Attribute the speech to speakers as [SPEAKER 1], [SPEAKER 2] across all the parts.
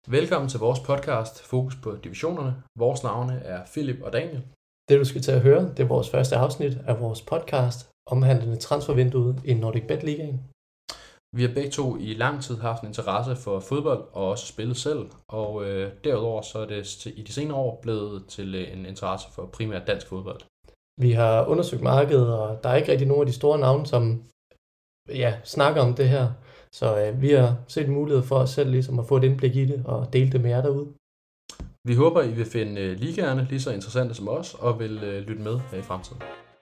[SPEAKER 1] Velkommen til vores podcast Fokus på divisionerne. Vores navne er Philip og Daniel.
[SPEAKER 2] Det du skal til at høre, det er vores første afsnit af vores podcast omhandlende transfervinduet i Nordic Bet Ligaen.
[SPEAKER 1] Vi har begge to i lang tid haft en interesse for fodbold og også spillet selv, og derudover så er det i de senere år blevet til en interesse for primært dansk fodbold.
[SPEAKER 2] Vi har undersøgt markedet, og der er ikke rigtig nogen af de store navne, som snakker om det her. Så vi har set mulighed for os selv ligesom at få et indblik i det og dele det med jer derude.
[SPEAKER 1] Vi håber, I vil finde ligaerne lige så interessante som os og vil lytte med her i fremtiden.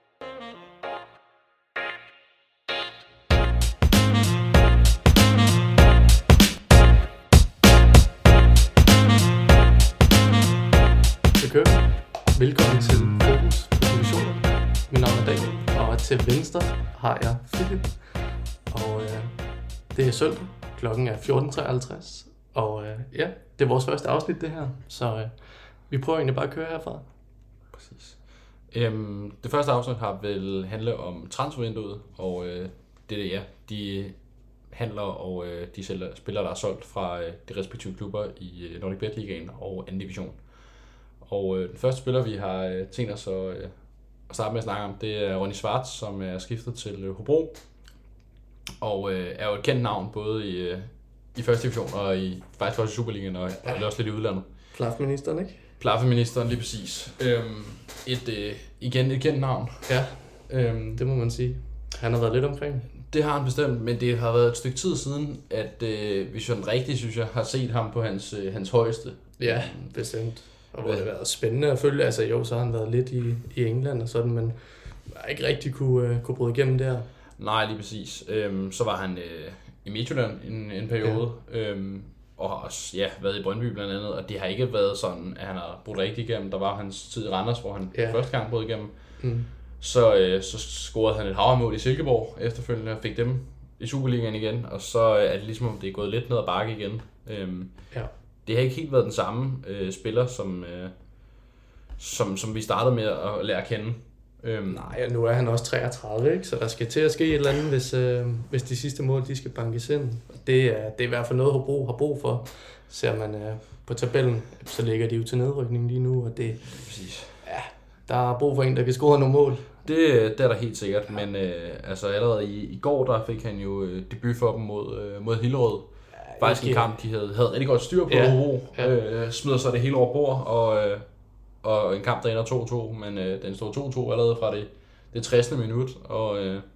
[SPEAKER 2] Velkommen til Fokus på divisionerne. Mit navn er Daniel, og til venstre har jeg Philip. Og det er søndag. Klokken er 14.53. Og det er vores første afsnit det her. Så vi prøver egentlig bare at køre herfra.
[SPEAKER 1] Præcis. Det første afsnit har vel handlet om transfervinduet, og de handler og de spillere, der er solgt fra de respektive klubber i Nordic Bet Ligaen og 2. division. Og den første spiller, vi har tænkt os at starte med at snakke om, det er Ronny Schwartz, som er skiftet til Hobro. Og er jo et kendt navn, både i første division og faktisk også i Superligaen og også lidt i udlandet.
[SPEAKER 2] Plafministeren, ikke?
[SPEAKER 1] Plafministeren, lige præcis. Igen et kendt navn.
[SPEAKER 2] Ja, det må man sige. Han har været lidt omkring.
[SPEAKER 1] Det har han bestemt, men det har været et stykke tid siden, at vi sådan rigtigt, synes jeg, har set ham på hans højeste.
[SPEAKER 2] Ja, bestemt. Og det har været spændende at følge. Altså jo, så har han været lidt i England og sådan, men ikke rigtig kunne bryde igennem der.
[SPEAKER 1] Nej, lige præcis. Så var han i Midtjylland en periode, og har også været i Brøndby blandt andet, og det har ikke været sådan, at han har brudt rigtig igennem. Der var hans tid i Randers, hvor han første gang brød igennem. Så scorede han et havremål i Silkeborg efterfølgende og fik dem i Superligaen igen, og så er det ligesom, om det er gået lidt ned ad bakke igen. Det har ikke helt været den samme spiller, som vi startede med at lære at kende.
[SPEAKER 2] Nej, nu er han også 33, ikke? Så der skal til at ske et eller andet, hvis de sidste mål de skal bankes ind. Det er i hvert fald noget, Hobro har brug for. Ser man på tabellen, så ligger de jo til nedrykning lige nu, og det
[SPEAKER 1] præcis.
[SPEAKER 2] Ja, der er brug for en, der kan score nogle mål.
[SPEAKER 1] Det er der helt sikkert, men allerede i går, der fik han jo debut for dem mod Hillerød. Faktisk en kamp, de havde rigtig godt styr på Hobro. Smider så det hele over bord, og en kamp, der ender 2-2, men den står 2-2 allerede fra det 60. minut, og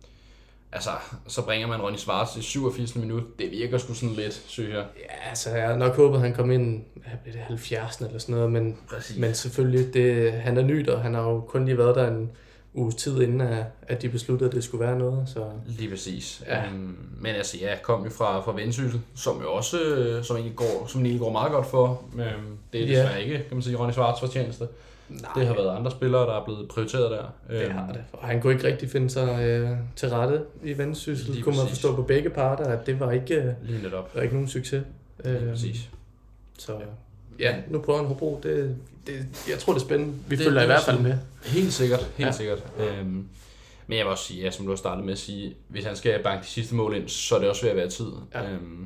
[SPEAKER 1] så bringer man Ronny Schwartz i 87. minut. Det virker sgu sådan lidt, synes jeg. Ja,
[SPEAKER 2] altså jeg havde nok håbet, at han kom ind 70. eller sådan noget, men selvfølgelig, han er ny, og han har jo kun lige været der en uges tid inden, at de besluttede, at det skulle være noget. Så.
[SPEAKER 1] Lige præcis. Ja. Men kom jo fra Vendsyssel, som jo også som egentlig går meget godt for. Det er desværre ikke, kan man sige, Ronny Schwartz fortjeneste. Nej. Det har været andre spillere, der er blevet prioriteret der.
[SPEAKER 2] Det har det. Og han kunne ikke rigtig finde sig til rette i Vendsyssel. Kunne man forstå på begge parter, at det var ikke nogen succes.
[SPEAKER 1] Lige præcis.
[SPEAKER 2] Så nu prøver han Hobro. Jeg tror, det er spændende. Vi følger i hvert fald med.
[SPEAKER 1] Helt sikkert. Men jeg vil også sige, som du har startet med at sige, hvis han skal banke de sidste mål ind, så er det også ved at være tid. Ja.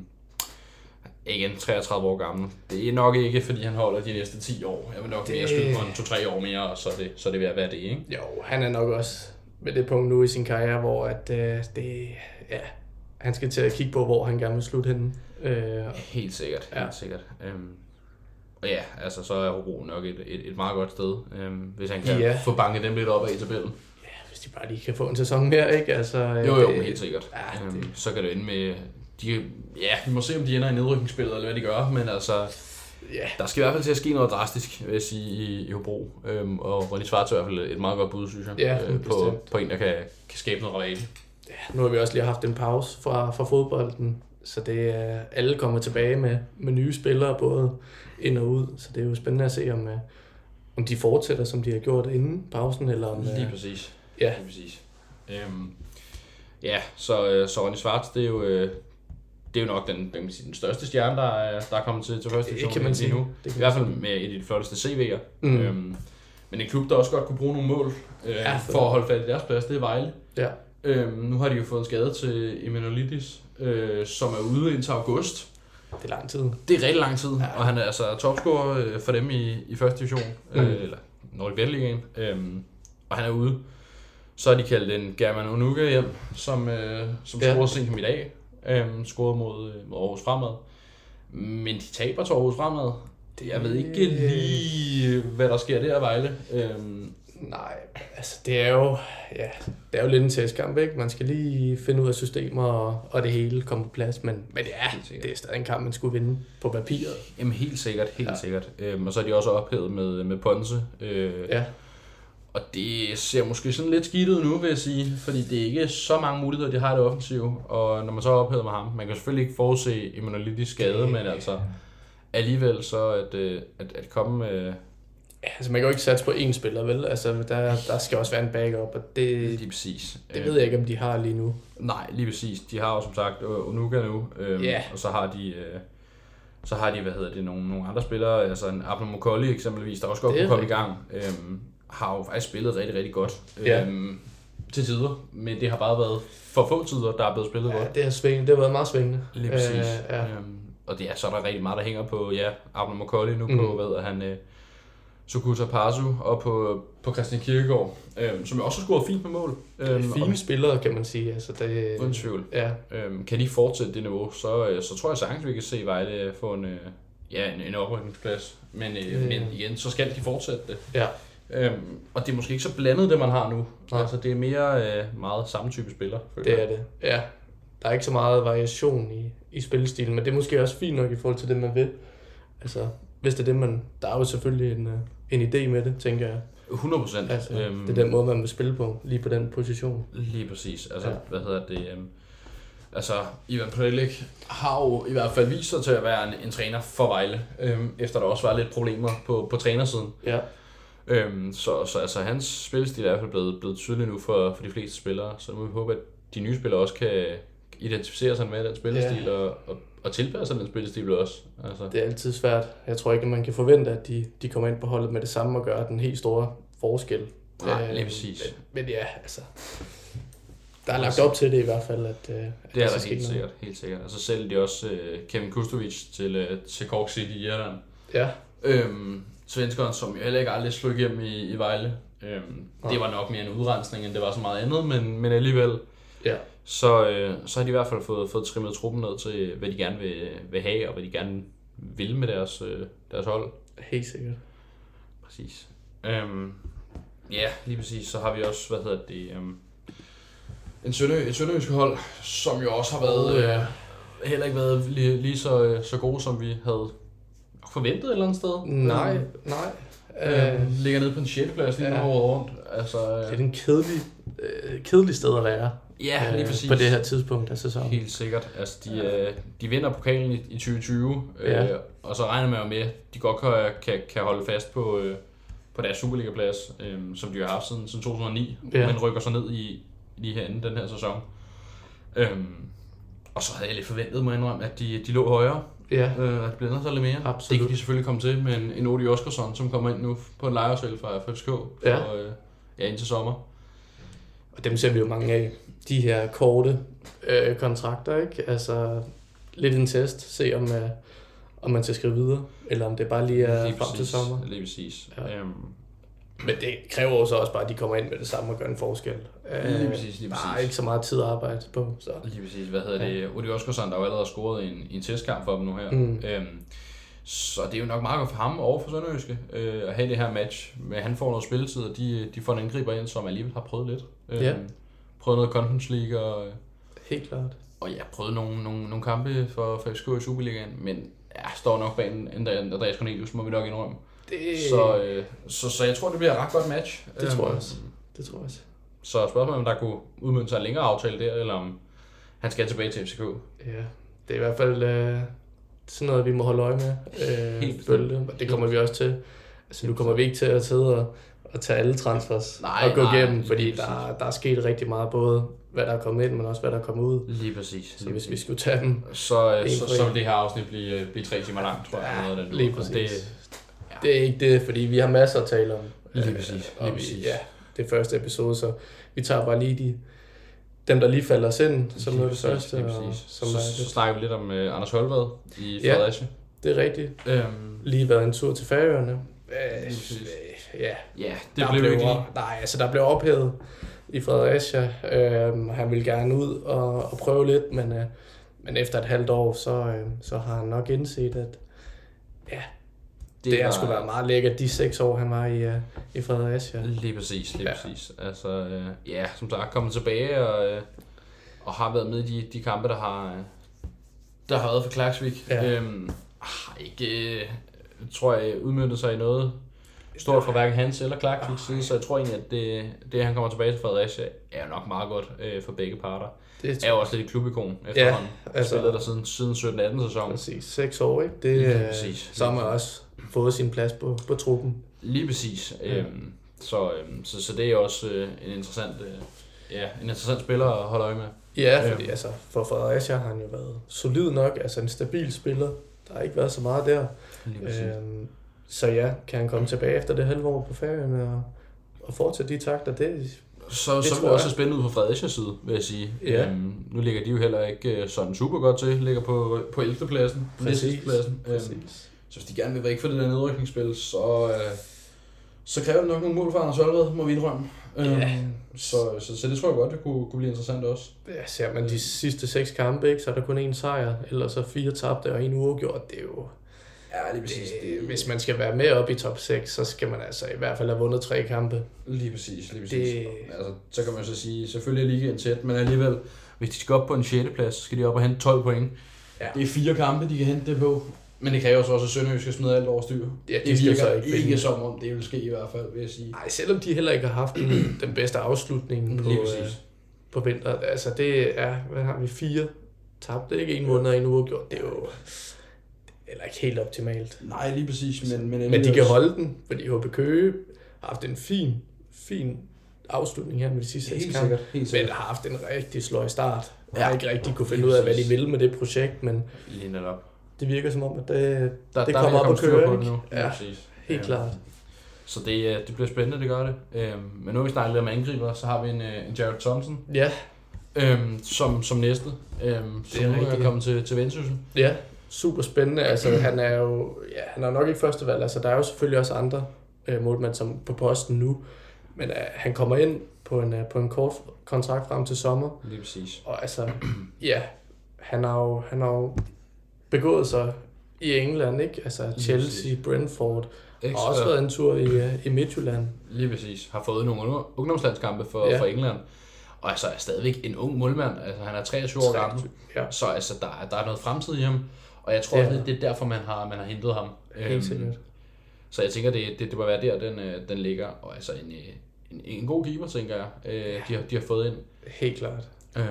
[SPEAKER 1] Igen 33 år gammel. Det er nok ikke, fordi han holder de næste 10 år. Jeg vil nok mere skyde på en 2-3 år mere, og så er det ved at være det, ikke?
[SPEAKER 2] Jo, han er nok også med det punkt nu i sin karriere, hvor han skal til at kigge på, hvor han gerne vil slutte henne.
[SPEAKER 1] Helt sikkert. Og så er Hobro nok et meget godt sted, hvis han kan få banket dem lidt op af i tabellen.
[SPEAKER 2] Ja, hvis de bare lige kan få en sæson mere, ikke? Altså,
[SPEAKER 1] jo, helt sikkert. Så kan det ende med... vi må se, om de ender i nedrykningsspillet, eller hvad de gør, men der skal i hvert fald til at ske noget drastisk, vil jeg sige, i Hobro. Og Ronny Schwartz er i hvert fald et meget godt bud, synes jeg, på en, der kan skabe noget rabat.
[SPEAKER 2] Ja, nu har vi også lige haft en pause fra fodbolden, så alle kommer tilbage med nye spillere, både ind og ud, så det er jo spændende at se, om de fortsætter, som de har gjort inden pausen, eller om...
[SPEAKER 1] Lige præcis. Ja. Lige præcis. Så Ronny Schwartz, det er jo nok den største stjerne, der er kommet til første division.
[SPEAKER 2] Det kan man sige.
[SPEAKER 1] I hvert fald med et af de flotteste CV'er. Men en klub, der også godt kunne bruge nogle mål for at holde fat i deres plads, det er Vejle. Ja. Nu har de jo fået en skade til Emanuelidis, som er ude indtil august.
[SPEAKER 2] Det er lang tid.
[SPEAKER 1] Det er rigtig lang tid, og han er altså topscorer for dem i første division, eller Nordic Bet-ligaen, og han er ude. Så har de kaldt en German Onuga hjem, som scorede sent som i dag, scorede mod Aarhus Fremad. Men de taber til Aarhus Fremad. Jeg ved ikke lige, hvad der sker der i Vejle.
[SPEAKER 2] Nej, altså det er jo lidt en testkamp, ikke? Man skal lige finde ud af systemer, og det hele kommer på plads, men ja, det er stadig en kamp, man skulle vinde på papiret.
[SPEAKER 1] Jamen helt sikkert. Og så er de også ophævet med Ponce. Og det ser måske sådan lidt skidt ud nu, vil jeg sige, fordi det er ikke så mange muligheder, de har i det offensive, og når man så er ophævet med ham, man kan selvfølgelig ikke forudse Emanuelitis skade, men altså alligevel så at komme med...
[SPEAKER 2] Altså man kan jo ikke satse på én spiller, vel? Altså der skal også være en backup, og det...
[SPEAKER 1] Lige præcis.
[SPEAKER 2] Det ved jeg ikke, om de har lige nu.
[SPEAKER 1] Nej, lige præcis. De har jo som sagt Onuga nu, og så har de... nogle andre spillere, altså en Abner Mokolli eksempelvis, der også godt kunne komme i gang, har jo faktisk spillet rigtig, rigtig godt til tider, men det har bare været for få tider, der er blevet spillet godt.
[SPEAKER 2] Det har været meget svingende.
[SPEAKER 1] Lige præcis. Og det er så er der rigtig meget, der hænger på, Abner Mokolli nu på, Sukuta Pasu og på Christian Kirkegaard, som jo også har scoret fint med mål.
[SPEAKER 2] Fine spillere, kan man sige. Altså, det,
[SPEAKER 1] uden tvivl.
[SPEAKER 2] Ja.
[SPEAKER 1] Kan de fortsætte det niveau, så tror jeg sagtens, vi kan se Vejle få en oprykningsplads. Men igen, så skal de fortsætte det.
[SPEAKER 2] Ja.
[SPEAKER 1] Og det er måske ikke så blandet, det man har nu. Altså, det er mere meget samme type spiller.
[SPEAKER 2] Det er det, ja. Der er ikke så meget variation i spillestilen, men det er måske også fint nok i forhold til det, man vil. Altså, hvis det er det, man... Der er jo selvfølgelig en idé med det, tænker jeg.
[SPEAKER 1] 100%.
[SPEAKER 2] Altså, det er den måde, man vil spille på, lige på den position.
[SPEAKER 1] Lige præcis. Altså, Ivan Prelik har jo i hvert fald vist sig til at være en træner for Vejle, efter der også var lidt problemer på trænersiden.
[SPEAKER 2] Ja.
[SPEAKER 1] Så altså, hans spillestil er i hvert fald blevet tydelig nu for de fleste spillere, så nu må vi håbe, at de nye spillere også kan identificere sig med den spillestil og tilpasse den spillestil også. Altså.
[SPEAKER 2] Det er altid svært. Jeg tror ikke, at man kan forvente, at de kommer ind på holdet med det samme og gør den helt store forskel.
[SPEAKER 1] Nej, lige præcis.
[SPEAKER 2] Men ja, altså... Der er lagt op til det i hvert fald, at
[SPEAKER 1] det er der helt sikkert. Og så sælger de også Kevin Kustovic til Cork City i Irland.
[SPEAKER 2] Ja.
[SPEAKER 1] Svenskeren, som jo heller ikke aldrig slog igennem i Vejle. Det var nok mere en udrensning, end det var så meget andet, men alligevel.
[SPEAKER 2] Ja.
[SPEAKER 1] Så har de i hvert fald fået trimmet truppen ned til, hvad de gerne vil have, og hvad de gerne vil med deres hold.
[SPEAKER 2] Helt sikkert.
[SPEAKER 1] Præcis. Lige præcis. Så har vi også, et sønderjyske hold, som jo også har været, heller ikke været lige så gode, som vi havde forventet et eller andet sted.
[SPEAKER 2] Nej.
[SPEAKER 1] Ligger nede på en 6. plads lige nu året rundt. Altså,
[SPEAKER 2] det er en kedelig sted at være.
[SPEAKER 1] Ja, lige præcis.
[SPEAKER 2] På det her tidspunkt af sæsonen.
[SPEAKER 1] Helt sikkert. Altså, de vinder pokalen i 2020, og så regner man jo med, at de godt kan holde fast på deres Superliga-plads, som de har haft siden 2009, men rykker så ned i lige herinde den her sæson. Og så havde jeg lidt forventet, må jeg indrømme, at de lå højere.
[SPEAKER 2] Ja.
[SPEAKER 1] At blande sig lidt mere.
[SPEAKER 2] Absolut.
[SPEAKER 1] Det kan de selvfølgelig komme til med en Odi Oskarsson, som kommer ind nu på en lejeaftale fra FSK indtil sommer.
[SPEAKER 2] Og dem ser vi jo mange af. De her korte kontrakter, ikke? Altså lidt en test. Se om man skal skrive videre, eller om det bare lige er lige frem til sommer.
[SPEAKER 1] Lige præcis. Ja.
[SPEAKER 2] Men det kræver jo så også bare, at de kommer ind med det samme og gør en forskel.
[SPEAKER 1] Lige præcis.
[SPEAKER 2] Der er ikke så meget tid at arbejde på. Så.
[SPEAKER 1] Lige præcis. Odi Oskarsson, der jo allerede scoret i en testkamp for dem nu her. Så det er jo nok meget godt for ham over for Sønderjyske at have det her match. Men han får noget spilletid, og de får en angriber ind, som alligevel har prøvet lidt. Prøvet noget Conference League. Og,
[SPEAKER 2] helt klart.
[SPEAKER 1] Og prøvet nogle kampe for FSK i Superligaen, men står nok bag en Andreas Cornelius, må vi nok indrømme. Så jeg tror, det bliver et ret godt match.
[SPEAKER 2] Det tror jeg også.
[SPEAKER 1] Så spørgsmålet om der kunne udmønte sig en længere aftale der, eller om han skal tilbage til FCK.
[SPEAKER 2] Ja, det er i hvert fald sådan noget, vi må holde øje med. Helt følge. Det kommer vi også til. Altså nu kommer vi ikke til at sidde og tage alle transfers og gå igennem, fordi der er sket rigtig meget, både hvad der er kommet ind, men også hvad der er kommet ud.
[SPEAKER 1] Lige præcis.
[SPEAKER 2] Så hvis vi skulle tage dem...
[SPEAKER 1] Så vil det her afsnit blive 3 timer langt, tror jeg. Noget af den
[SPEAKER 2] lige præcis. Det er ikke det, fordi vi har masser at tale om.
[SPEAKER 1] Lige præcis.
[SPEAKER 2] Det er første episode, så vi tager bare lige dem, der lige falder os ind, som noget af det
[SPEAKER 1] Præcis,
[SPEAKER 2] første.
[SPEAKER 1] lige
[SPEAKER 2] Og,
[SPEAKER 1] præcis.
[SPEAKER 2] som
[SPEAKER 1] Så snakker vi lidt om Anders Holvad i Fredericia.
[SPEAKER 2] Det er rigtigt. Lige været en tur til Færøerne.
[SPEAKER 1] Ja, det blev ikke lige.
[SPEAKER 2] Nej, altså der blev ophævet i Fredericia. Han ville gerne ud og prøve lidt, men efter et halvt år, så har han nok indset, at det har sgu været meget lækkert, de 6 år, han var i Fredericia.
[SPEAKER 1] Lige præcis. Altså, som sagt, kommet tilbage og har været med i de kampe, der har været for Klaksvik.
[SPEAKER 2] Ja.
[SPEAKER 1] Ikke, tror jeg, udmøntet sig i noget stort fra hverken hans eller Klaksviks side, så jeg tror egentlig, at det han kommer tilbage til Fredericia, er nok meget godt for begge parter. Det er jo også lidt et klubikon efterhånden. Spillet der siden 17-18 sæson.
[SPEAKER 2] Præcis, 6 år, ikke? Det så har man også fået sin plads på truppen.
[SPEAKER 1] Lige præcis. Så det er også en interessant spiller at holde øje med.
[SPEAKER 2] Ja, fordi for Fredericia har han jo været solid nok, altså en stabil spiller. Der har ikke været så meget der. Så ja, kan han komme tilbage efter det halve år på Færøerne og fortsætte de takter,
[SPEAKER 1] så vil det også spændende ud på Fredericias side, vil jeg sige.
[SPEAKER 2] Ja.
[SPEAKER 1] Nu ligger de jo heller ikke sådan super godt til, ligger på 11. pladsen.
[SPEAKER 2] Præcis.
[SPEAKER 1] Så hvis de gerne vil væk fra det der nedrykningsspil, så kræver det nok nogle mål for Anders Holvad, må vi indrømme. Så det tror jeg godt, det kunne blive interessant også.
[SPEAKER 2] Ja, ser man de sidste 6 kampe, ikke, så er der kun 1 sejr, ellers så 4 tabte og 1 uafgjort. Det er jo...
[SPEAKER 1] Ja, lige præcis.
[SPEAKER 2] Hvis man skal være med op i top 6, så skal man altså i hvert fald have vundet 3 kampe.
[SPEAKER 1] Lige præcis. Altså, så kan man så sige, selvfølgelig er ligaen tæt, men alligevel, hvis de skal op på en 6. plads, så skal de op og hente 12 point. Ja. Det er 4 kampe, de kan hente det på. Men det kræver så også, at Sønderjysk skal smide alt over styr.
[SPEAKER 2] Ja,
[SPEAKER 1] det virker ikke som om det vil ske i hvert fald, vil jeg sige.
[SPEAKER 2] Nej, selvom de heller ikke har haft den bedste afslutning på vinteren. Altså det er, hvad har vi, 4 tabte, ikke? 1 vundet og 1 uafgjort. Det er jo eller ikke helt optimalt.
[SPEAKER 1] Nej, lige præcis.
[SPEAKER 2] Men de kan holde den, fordi HB Køge har haft en fin afslutning her med de sidste 6 kampe. Men har haft en rigtig sløj start. Og har ikke rigtig kunne finde ud af, hvad de vil med det projekt, men
[SPEAKER 1] lige netop.
[SPEAKER 2] Det virker som om, at det kommer op og kører, ikke?
[SPEAKER 1] Ja,
[SPEAKER 2] helt klart.
[SPEAKER 1] Så det bliver spændende, det gør det. Men nu har vi snakket lidt om angriber, så har vi en Jared Thompson.
[SPEAKER 2] Ja.
[SPEAKER 1] Som næste. Som nu er kommet til Vendsyssel.
[SPEAKER 2] Ja, super spændende. Altså, han er nok ikke første valg. Altså, der er jo selvfølgelig også andre målmænd som på posten nu. Men han kommer ind på en kort kontrakt frem til sommer.
[SPEAKER 1] Lige præcis.
[SPEAKER 2] Og altså, han har jo begået sig i England, ikke? Altså Chelsea, Brentford, og også været en tur i Midtjylland.
[SPEAKER 1] Lige præcis. Har fået nogle ungdomslandskampe for England. Og altså er stadigvæk en ung målmand. Altså han er 23 år gammel. Ja. Så altså der er noget fremtid i ham. Og jeg tror også, det er derfor, man har hentet ham.
[SPEAKER 2] Helt sikkert.
[SPEAKER 1] Så jeg tænker, det må være der, den ligger. Og altså en god keeper, tænker jeg, de har fået ind.
[SPEAKER 2] Helt klart.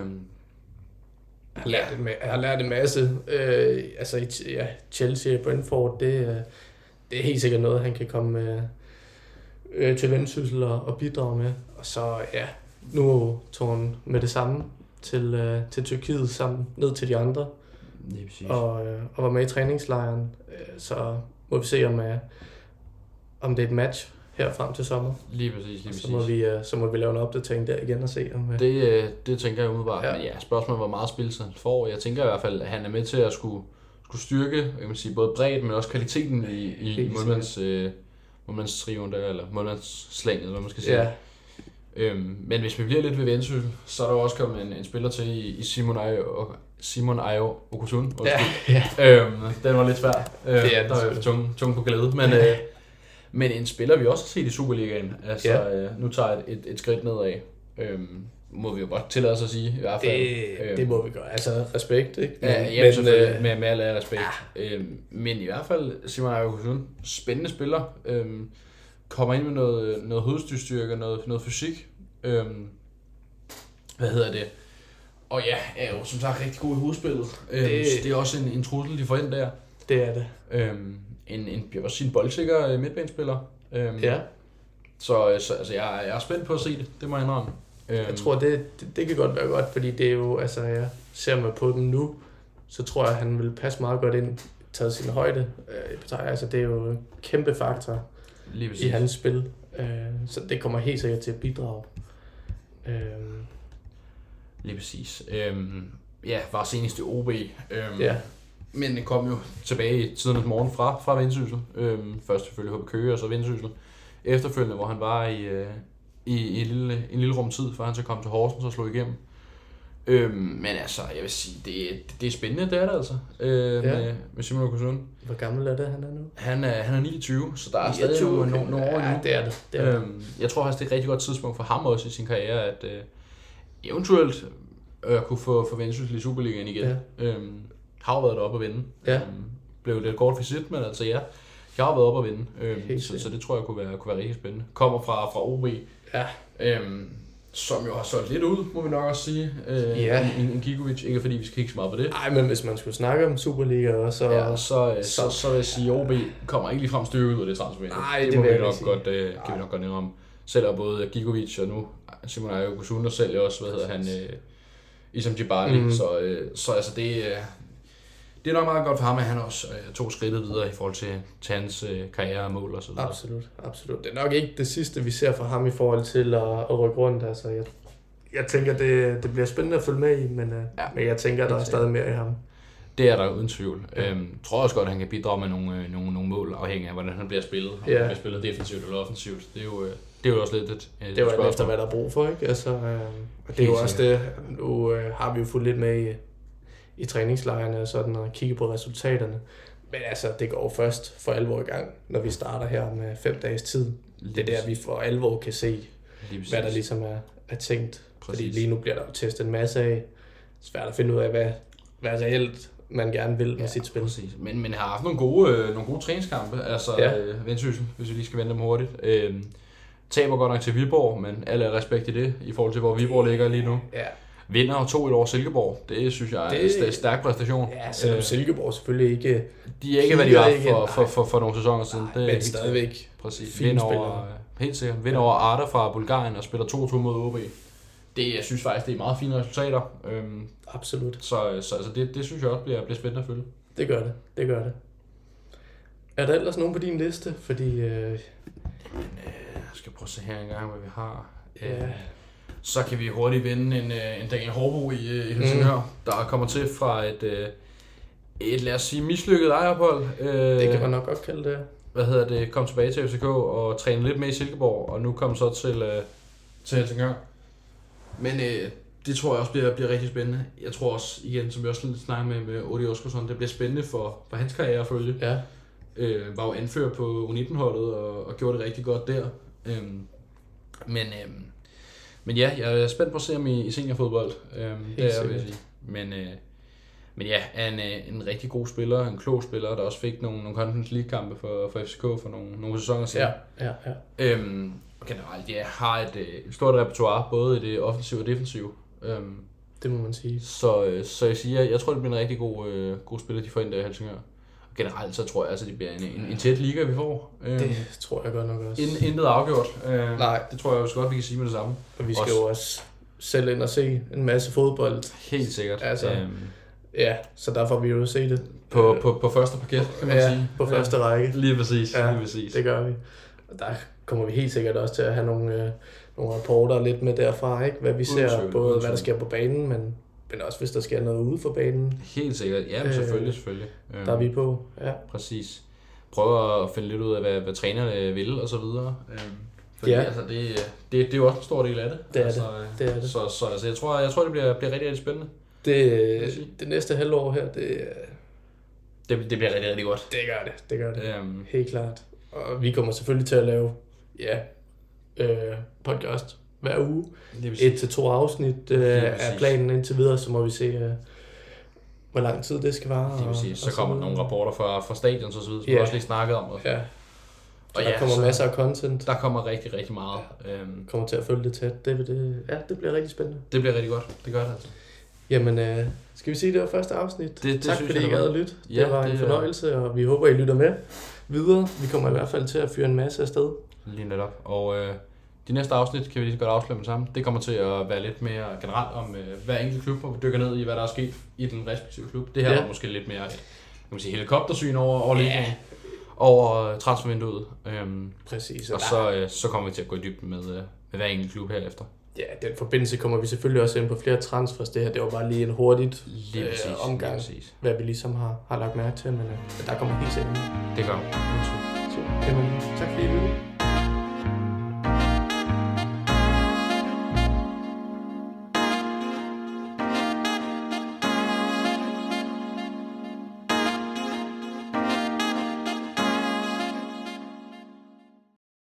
[SPEAKER 2] Jeg har lært en masse. Chelsea og Brentford, det er helt sikkert noget, han kan komme til Vendsyssel og bidrage med. Og så nu tog han med det samme til Tyrkiet sammen ned til de andre. Og var med i træningslejren. Så må vi se, om det er et match her frem til sommer.
[SPEAKER 1] Lige præcis.
[SPEAKER 2] Så må vi lave en opdatering der igen og se om...
[SPEAKER 1] Det tænker jeg umiddelbart. Ja. Men spørgsmålet hvor meget spilletid han får. Jeg tænker i hvert fald, at han er med til at skulle styrke, jeg kan sige, både bredden, men også kvaliteten i målmandstrioen der, eller målmandsslænget, eller hvad man skal sige. Ja. Men hvis vi bliver lidt ved Vendsyssel, så er der også kommet en spiller til i Simon Ayo Okutun. Den var lidt svær. Der var tung på glæde, men... Men en spiller, vi også har set i Superligaen, altså nu tager et skridt nedad, må vi jo godt tillade os at sige i hvert fald.
[SPEAKER 2] Det må vi gøre, altså respekt, ikke?
[SPEAKER 1] Men selvfølgelig, med al respekt. Ja. Men i hvert fald, Simon Ayokusun, spændende spiller, kommer ind med noget hovedstyrstyrke, noget fysik. Og er jo som sagt rigtig god i hovedspillet. Det er også en trussel, de får ind der.
[SPEAKER 2] Det er det.
[SPEAKER 1] Jeg vil også sige en boldsikker midtbanespiller. Så altså, jeg er spændt på at se det må jeg indrømme.
[SPEAKER 2] Jeg tror, det kan godt være godt, fordi det er jo, altså jeg ser mig på dem nu, så tror jeg, han vil passe meget godt ind, taget sin højde. Altså det er jo en kæmpe faktor i hans spil, så det kommer helt sikkert til at bidrage.
[SPEAKER 1] Lige præcis. Var senest i OB.
[SPEAKER 2] Ja.
[SPEAKER 1] Men det kom jo tilbage i tidernes morgen fra Vendsyssel. Først selvfølgelig HB Køge, og så Vendsyssel. Efterfølgende, hvor han var i en lille rum tid, før han så kom til Horsens og slog igennem. Men altså, jeg vil sige, det er spændende, det er det altså, med Simon Okazun.
[SPEAKER 2] Hvor gammel er det, han er nu?
[SPEAKER 1] Han er 29, så der er stadig nogle år endnu.
[SPEAKER 2] Det er det.
[SPEAKER 1] Jeg tror faktisk, det er et rigtig godt tidspunkt for ham også i sin karriere, at eventuelt kunne få Vendsyssel i Superligaen igen. Ja. Har jo været deroppe at vinde.
[SPEAKER 2] Ja.
[SPEAKER 1] Blev lidt kort visit, men altså ja, jeg har været oppe at vinde. Så det tror jeg kunne være rigtig spændende. Kommer fra OB.
[SPEAKER 2] Ja.
[SPEAKER 1] Som jo har solgt lidt ud, må vi nok også sige. En Gigovic, ikke fordi vi skal kigge så meget på det.
[SPEAKER 2] Nej, men hvis man skulle snakke om Superliga også,
[SPEAKER 1] så vil jeg sige, at OB kommer ikke ligefrem styrket ud af det transfervindue.
[SPEAKER 2] Nej,
[SPEAKER 1] det må vi nok godt, kan vi nok godt nævne om. Sælger både Gigovic og nu Simon Okazun, der sælger også, Isam Djibali. Så altså det er nok meget godt for ham, at han også tog skridtet videre i forhold til hans karriere og mål og så videre.
[SPEAKER 2] Absolut. Det er nok ikke det sidste, vi ser fra ham i forhold til at rykke rundt. Altså, jeg tænker, det bliver spændende at følge med i, men jeg tænker, der er stadig mere i ham.
[SPEAKER 1] Det er der uden tvivl. Jeg tror også godt, at han kan bidrage med nogle mål, afhængig af, hvordan han bliver spillet. Om han bliver spillet defensivt eller offensivt. Det er jo også lidt et
[SPEAKER 2] det var efter, hvad der er brug for, ikke? Altså, det er jo også det. Nu har vi jo fulgt lidt med i træningslejrene og sådan, og kigge på resultaterne. Men altså, det går først for alvor i gang, når vi starter her med 5 dages tid. Det er der, vi for alvor kan se, hvad der ligesom er tænkt. Præcis. Fordi lige nu bliver der jo testet en masse af. Svært at finde ud af, hvad reelt man gerne vil med sit spil.
[SPEAKER 1] Præcis. Men har haft nogle gode træningskampe, altså Vendsyssel, hvis vi lige skal vende dem hurtigt. Taber godt nok til Viborg, men alle respekt i det, i forhold til, hvor Viborg ligger lige nu.
[SPEAKER 2] Ja.
[SPEAKER 1] Vinder 2-1 over Silkeborg, det synes jeg er en stærk præstation.
[SPEAKER 2] Ja, selvom Silkeborg selvfølgelig ikke...
[SPEAKER 1] De er ikke, hvad de var for nogle sæsoner siden.
[SPEAKER 2] Nej, men stadigvæk.
[SPEAKER 1] Præcis. Helt sikkert. Vinder over Arda fra Bulgarien og spiller 2-2 mod OB. Jeg synes faktisk, det er meget fine resultater.
[SPEAKER 2] Absolut.
[SPEAKER 1] Så altså, det synes jeg også bliver spændende at følge.
[SPEAKER 2] Det gør det. Er der ellers nogen på din liste? Fordi...
[SPEAKER 1] Jeg skal prøve at se her engang, hvad vi har. Så kan vi hurtigt vinde en Daniel Hårbo i Helsingør, der kommer til fra et lad os sige, mislykket ejerophold.
[SPEAKER 2] Det kan man nok godt kalde det.
[SPEAKER 1] Kom tilbage til FCK og træne lidt med i Silkeborg, og nu kom så til Helsingør. Men det tror jeg også bliver rigtig spændende. Jeg tror også, igen, som vi også snakker med Odi Oskarsson, det bliver spændende for hans karriere at følge.
[SPEAKER 2] Ja.
[SPEAKER 1] Var jo anfører på U19-holdet og gjorde det rigtig godt der. Men ja, jeg er spændt på at se ham i seniorfodbold. Det er jeg, vil sige. Men ja, er en rigtig god spiller, en klog spiller, der også fik nogle Conference League-kampe for FCK for nogle sæsoner siden.
[SPEAKER 2] Ja.
[SPEAKER 1] Og generelt, har et stort repertoire, både i det offensive og defensive.
[SPEAKER 2] Det må man sige.
[SPEAKER 1] Så jeg siger, jeg tror, det bliver en rigtig god spiller, de får ind der i Helsingør. Og generelt, så tror jeg, altså, det bliver en tæt liga, vi får.
[SPEAKER 2] Det tror jeg godt nok også.
[SPEAKER 1] Intet afgjort.
[SPEAKER 2] Nej.
[SPEAKER 1] Det tror jeg også godt, vi kan sige med det samme.
[SPEAKER 2] Og vi skal jo også selv ind og se en masse fodbold.
[SPEAKER 1] Helt sikkert.
[SPEAKER 2] Altså, så der får vi jo se det.
[SPEAKER 1] På første parket, kan man sige.
[SPEAKER 2] På første række.
[SPEAKER 1] Lige præcis.
[SPEAKER 2] Det gør vi. Og der kommer vi helt sikkert også til at have nogle rapporter lidt med derfra, ikke? Hvad vi ser, både hvad der sker på banen, men også hvis der sker noget ude for banen.
[SPEAKER 1] Helt sikkert, ja, selvfølgelig.
[SPEAKER 2] Der er vi på, ja.
[SPEAKER 1] Præcis. Prøv at finde lidt ud af, hvad trænerne vil, og så videre. Fordi altså, det er jo også en stor del af det.
[SPEAKER 2] Det er det.
[SPEAKER 1] Så altså, jeg tror, det bliver rigtig, rigtig spændende.
[SPEAKER 2] Det næste halvår her,
[SPEAKER 1] det bliver rigtig, rigtig godt.
[SPEAKER 2] Det gør det. Helt klart. Og vi kommer selvfølgelig til at lave podcast hver uge. 1-2 afsnit er planen indtil videre, så må vi se, hvor lang tid det skal vare.
[SPEAKER 1] Så kommer der nogle rapporter fra stadion og så videre, som vi også lige snakket om.
[SPEAKER 2] Og der kommer masser af content.
[SPEAKER 1] Der kommer rigtig, rigtig meget.
[SPEAKER 2] Kommer til at følge det tæt. Det bliver rigtig spændende.
[SPEAKER 1] Det bliver rigtig godt. Det gør det altså.
[SPEAKER 2] Jamen, skal vi sige, det var første afsnit?
[SPEAKER 1] Det
[SPEAKER 2] tak
[SPEAKER 1] synes
[SPEAKER 2] fordi I gad at lytte.
[SPEAKER 1] Ja,
[SPEAKER 2] det var en fornøjelse, og vi håber, I lytter med videre. Vi kommer i hvert fald til at fyre en masse afsted.
[SPEAKER 1] Lige netop. Og de næste afsnit kan vi lige godt afsløre med sammen. Det kommer til at være lidt mere generelt om hver enkelt klub, hvor vi dykker ned i, hvad der er sket i den respektive klub. Det her var måske lidt mere helikoptersyn over ligaen, over transfervinduet.
[SPEAKER 2] Præcis.
[SPEAKER 1] Og så kommer vi til at gå i dybden med hver enkelt klub herefter.
[SPEAKER 2] Ja, den forbindelse kommer vi selvfølgelig også ind på flere transfers. Det her, det var bare lige en hurtigt omgang, hvad vi ligesom har lagt mærke til, men der kommer helt sikkert.
[SPEAKER 1] Det gør.
[SPEAKER 2] Så, jamen, tak fordi I lyttede.